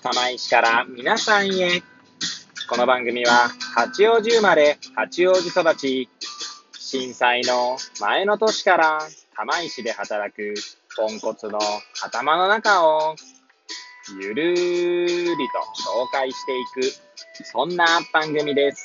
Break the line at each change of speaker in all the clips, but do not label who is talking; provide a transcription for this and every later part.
釜石から皆さんへ。この番組は八王子生まれ八王子育ち、震災の前の年から釜石で働くポンコツの頭の中をゆるりと紹介していく、そんな番組です。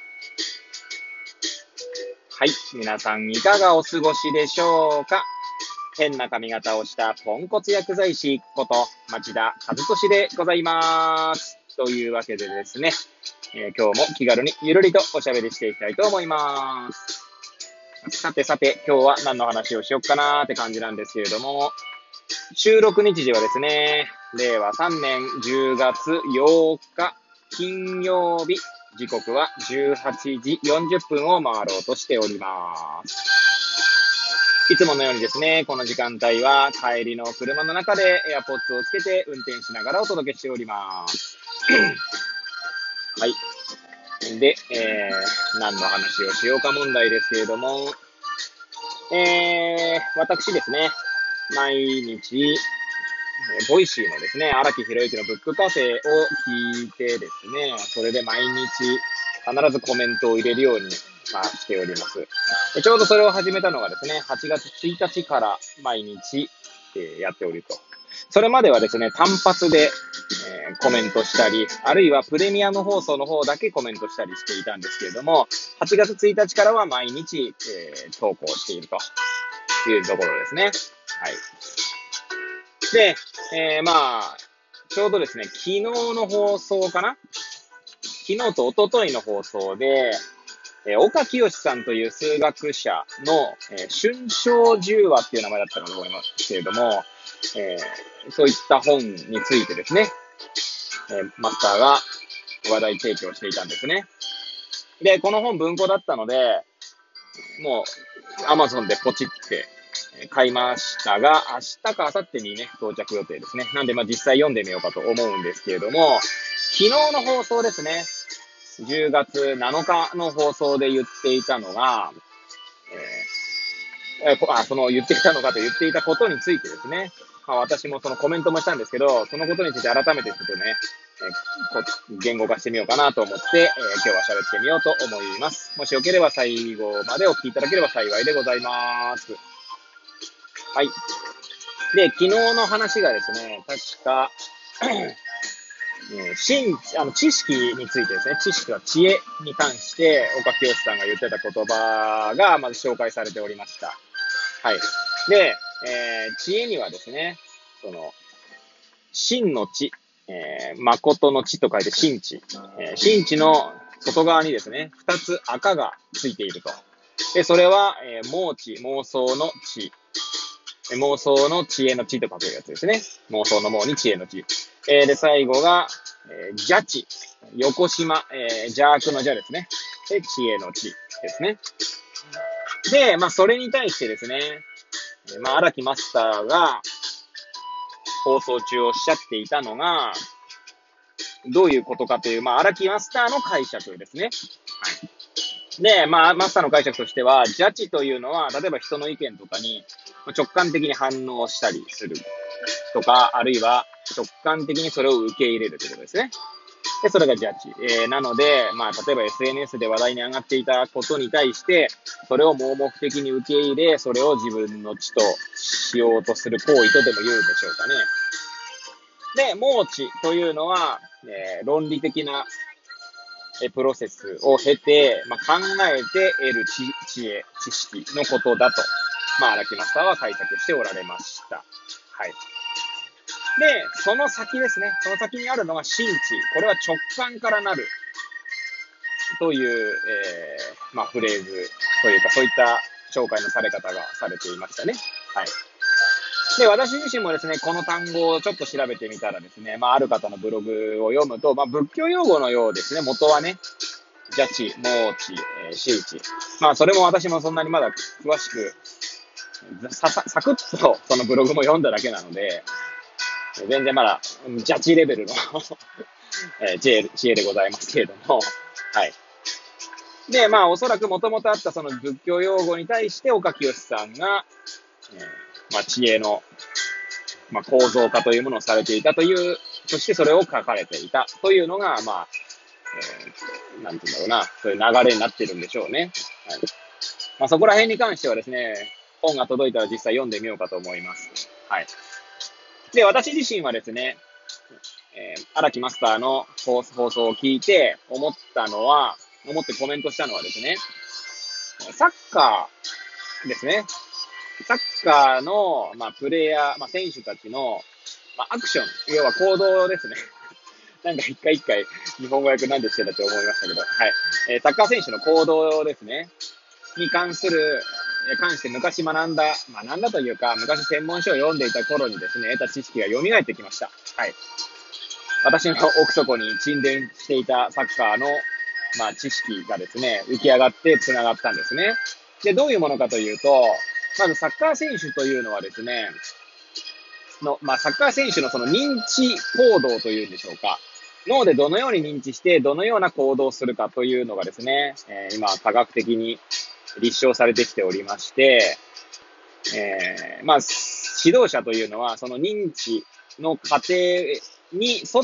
はい、皆さんいかがお過ごしでしょうか。変な髪型をしたポンコツ薬剤師こと町田和俊でございます。というわけでですね、今日も気軽にゆるりとおしゃべりしていきたいと思います。さて今日は何の話をしよっかなーって感じなんですけれども、収録日時はですね、令和3年10月8日金曜日、時刻は18時40分を回ろうとしております。いつものようにですね、この時間帯は帰りの車の中でエアポッツをつけて運転しながらお届けしております。はい。で、何の話をしようか問題ですけれども、私ですね、毎日、ボイシーのですね、荒木博之のブックカフェを聞いてですね、それで毎日必ずコメントを入れるように、しております。ちょうどそれを始めたのがですね、8月1日から毎日、やっておると。それまではですね、単発で、コメントしたり、あるいはプレミアム放送の方だけコメントしたりしていたんですけれども、8月1日からは毎日、投稿しているというところですね。はい。で、ちょうどですね、昨日の放送かな？昨日と一昨日の放送で、岡清さんという数学者の、春章十話っていう名前だったと思いますけれども、そういった本についてですね、マスターが話題提供していたんですね。で、この本文庫だったので、もう Amazon でポチって買いましたが、明日か明後日にね、到着予定ですね。なんで実際読んでみようかと思うんですけれども、昨日の放送ですね、10月7日の放送で言っていたのが、その言っていたのかと言っていたことについてですね、私もそのコメントもしたんですけど、そのことについて改めてちょっとね、言語化してみようかなと思って、今日は喋ってみようと思います。もしよければ最後までお聞きいただければ幸いでございます。はい。で、昨日の話がですね、確か、知識についてですね、知識は知恵に関して、岡清さんが言ってた言葉がまず紹介されておりました。はい。で、知恵にはですね、真の知、誠の知と書いて真知。真知の外側にですね、二つ赤がついていると。で、それは、妄知、妄想の知。妄想の知恵の知と書くやつですね。妄想の妄に知恵の知。で、最後が、邪知。横島、邪悪の邪ですね。で、知恵の知ですね。で、それに対してですね、荒木マスターが放送中おっしゃっていたのが、どういうことかという、荒木マスターの解釈ですね。はい。で、マスターの解釈としては、邪知というのは、例えば人の意見とかに直感的に反応したりするとか、あるいは直感的にそれを受け入れるということですね。で、それがジャッジ。なので、例えば SNS で話題に上がっていたことに対して、それを盲目的に受け入れ、それを自分の知としようとする行為とでも言うんでしょうかね。で、盲知というのは、論理的なプロセスを経て、考えて得る知恵、知識のことだと、荒木マスターは解釈しておられました。はい。で、その先ですね。その先にあるのが真知。これは直感からなるという、フレーズというか、そういった紹介のされ方がされていましたね。はい。で、私自身もですね、この単語をちょっと調べてみたらですね、ある方のブログを読むと、仏教用語のようですね、元はね、邪知、妄知、真知。それも私もそんなにまだ詳しく、サクッとそのブログも読んだだけなので、全然まだ、邪知レベルの知恵でございますけれども、はい。で、おそらく元々あったその仏教用語に対して岡清さんが、知恵の、構造化というものをされていたというそしてそれを書かれていたというのが、まあ、なんていうんだろうな、そういう流れになってるんでしょうね。はい。まあ、そこら辺に関してはですね、本が届いたら実際読んでみようかと思います。はい。で、私自身はですね、荒木マスターの放送を聞いて思ってコメントしたのはですね、サッカーですね。サッカーの、まあ、プレイヤー、まあ、選手たちの、まあ、アクション、要は行動ですね。なんか一回一回日本語訳なんでしてたと思いましたけど、はい。サッカー選手の行動ですね。に関して昔学んだというか、昔専門書を読んでいた頃にですね、得た知識が蘇ってきました。はい。私の奥底に沈殿していたサッカーの、まあ、知識がですね、浮き上がって繋がったんですね。で、どういうものかというと、まずサッカー選手というのはですね、まあ、サッカー選手のその認知行動というんでしょうか。脳でどのように認知して、どのような行動をするかというのがですね、今科学的に立証されてきておりまして、まあ、指導者というのは、その認知の過程に沿って、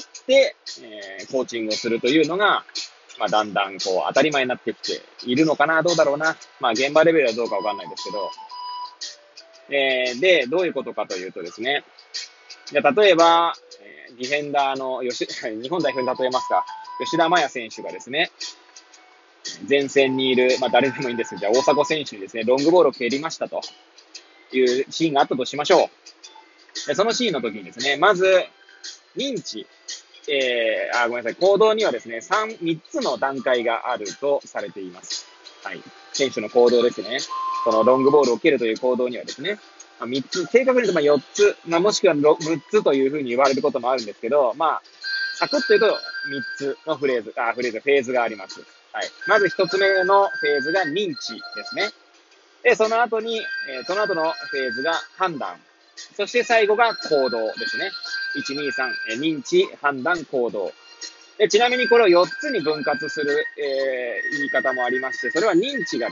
コーチングをするというのが、まあ、だんだんこう当たり前になってきているのかな、どうだろうな。まあ、現場レベルはどうかわかんないですけど、で、どういうことかというとですね、じゃ例えば、ディフェンダーの日本代表に例えますか、吉田麻也選手がですね、前線にいる、まあ誰でもいいんですけど、じゃあ大迫選手にですね、ロングボールを蹴りましたというシーンがあったとしましょう。でそのシーンの時にですね、まず、認知、ごめんなさい、行動にはですね、3つの段階があるとされています。はい。選手の行動ですね。そのロングボールを蹴るという行動にはですね、3つ、正確に言うと4つ、もしくは6つというふうに言われることもあるんですけど、まあ、サクッと言うと3つのフェーズがあります。はい。まず1つ目のフェーズが認知ですね。で、その後のフェーズが判断。そして最後が行動ですね。1、2、3、認知、判断、行動。で、ちなみにこれを4つに分割する、言い方もありまして、それは認知が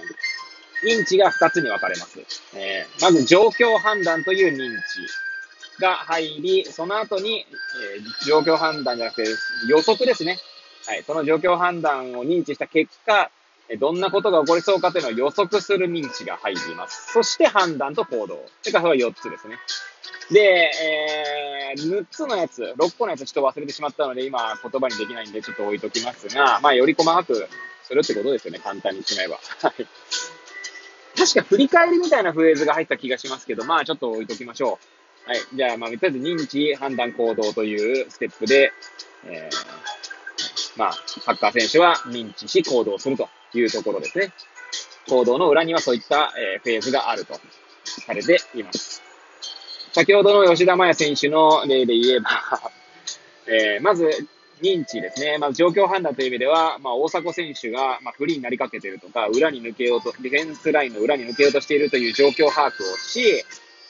2つに分かれます。まず状況判断という認知が入り、その後に、状況判断じゃなくて予測ですね。はい。その状況判断を認知した結果、どんなことが起こりそうかというのを予測する認知が入ります。そして判断と行動。それからそれは4つですね。で、6つのやつ、6個のやつちょっと忘れてしまったので、今言葉にできないんでちょっと置いときますが、まあより細かくするってことですよね。簡単にしまえば。はい。確か振り返りみたいなフレーズが入った気がしますけど、まあちょっと置いときましょう。はい。じゃあ、まあ、とりあえず認知、判断、行動というステップで、まあ、サッカー選手は認知し行動するというところですね。行動の裏にはそういった、フェーズがあるとされています。先ほどの吉田麻也選手の例で言えばまず、認知ですね。まず状況判断という意味では、まあ、大迫選手が、まあ、フリーになりかけているとか、裏に抜けようと、ディフェンスラインの裏に抜けようとしているという状況把握をし、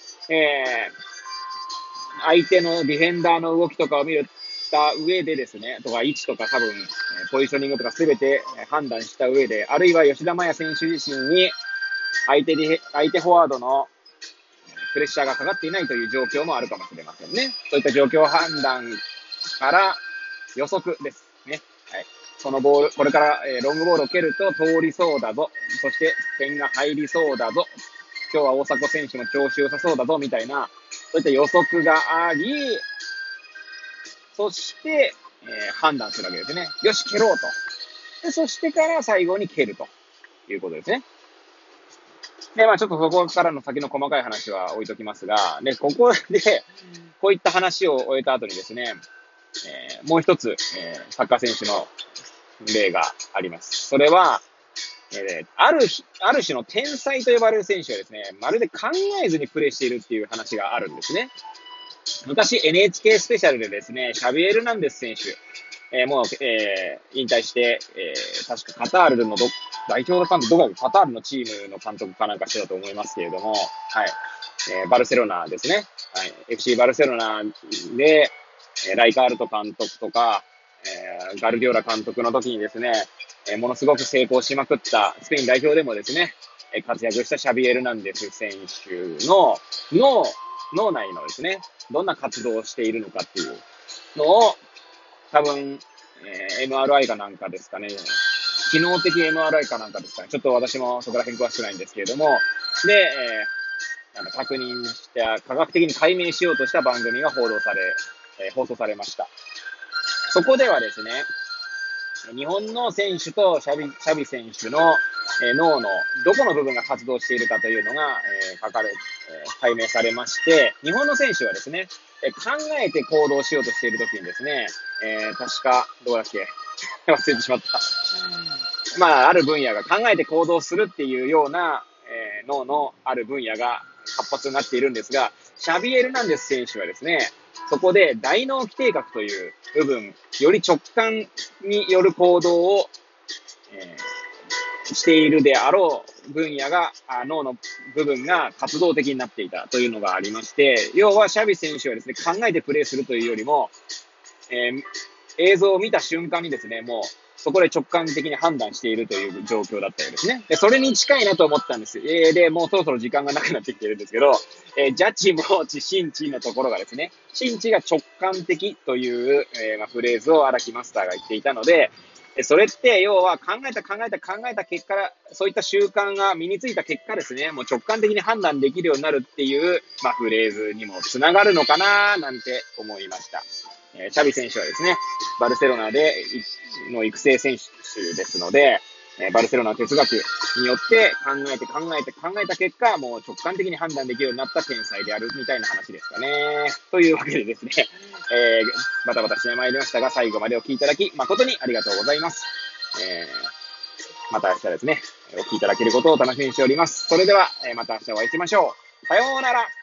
相手のディフェンダーの動きとかを見た上でですね、とか位置とか多分、ポジショニングとかすべて判断した上で、あるいは吉田麻也選手自身に相手フォワードのプレッシャーがかかっていないという状況もあるかもしれませんね。そういった状況判断から予測ですね。はい。このボール、これから、ロングボールを蹴ると通りそうだぞ。そして点が入りそうだぞ。今日は大迫選手の調子良さそうだぞ、みたいな、そういった予測があり、そして、判断するわけですね。よし、蹴ろうと。で、そしてから最後に蹴るということですね。で、まあちょっとそこからの先の細かい話は置いときますが、で、ここで、こういった話を終えた後にですね、もう一つ、サッカー選手の例があります。それは、ある種の天才と呼ばれる選手はですね、まるで考えずにプレーしているっていう話があるんですね。昔 NHK スペシャルでですね、シャビエル・ナンデス選手、もう、引退して、確かカタールの代表監督、カタールのチームの監督かなんかしてたと思いますけれども、はい。バルセロナですね。はい。FC バルセロナで、ライカールト監督とか、ガルディオラ監督の時にですね、ものすごく成功しまくったスペイン代表でもですね、活躍したシャビエル・ナンデス選手の脳内のですね、どんな活動をしているのかっていう。 のを、多分、MRI かなんかですかね。機能的 MRI かなんかですかね。ちょっと私もそこら辺詳しくないんですけれども、で、確認した、科学的に解明しようとした番組が放送されました。そこではですね、日本の選手とシャビ選手の、脳のどこの部分が活動しているかというのが、解明されまして、日本の選手はですね、考えて行動しようとしているときにですね、確か、どうだっけ忘れてしまった。まあ、ある分野が考えて行動するっていうような、脳のある分野が活発になっているんですが、シャビエルナンデス選手はですね、そこで大脳基底核という部分、より直感による行動を、しているであろう分野が、脳の部分が活動的になっていたというのがありまして、要はシャビ選手はですね、考えてプレーするというよりも、映像を見た瞬間にですね、もう、そこで直感的に判断しているという状況だったようですね。で、それに近いなと思ったんです。で、もうそろそろ時間がなくなってきてるんですけど、ジャッジ、モーチ、シンチのところがですね、シンチが直感的という、フレーズを荒木マスターが言っていたので、それって、要は考えた結果、そういった習慣が身についた結果ですね、もう直感的に判断できるようになるっていう、フレーズにもつながるのかななんて思いました。シャビ選手はですね、バルセロナの育成選手ですので、バルセロナの哲学によって考えた結果、もう直感的に判断できるようになった天才であるみたいな話ですかね。というわけでですね、バタバタしてまいりましたが、最後までお聞きいただき誠にありがとうございます。また明日ですね、お聞きいただけることを楽しみにしております。それでは、また明日お会いしましょう。さようなら。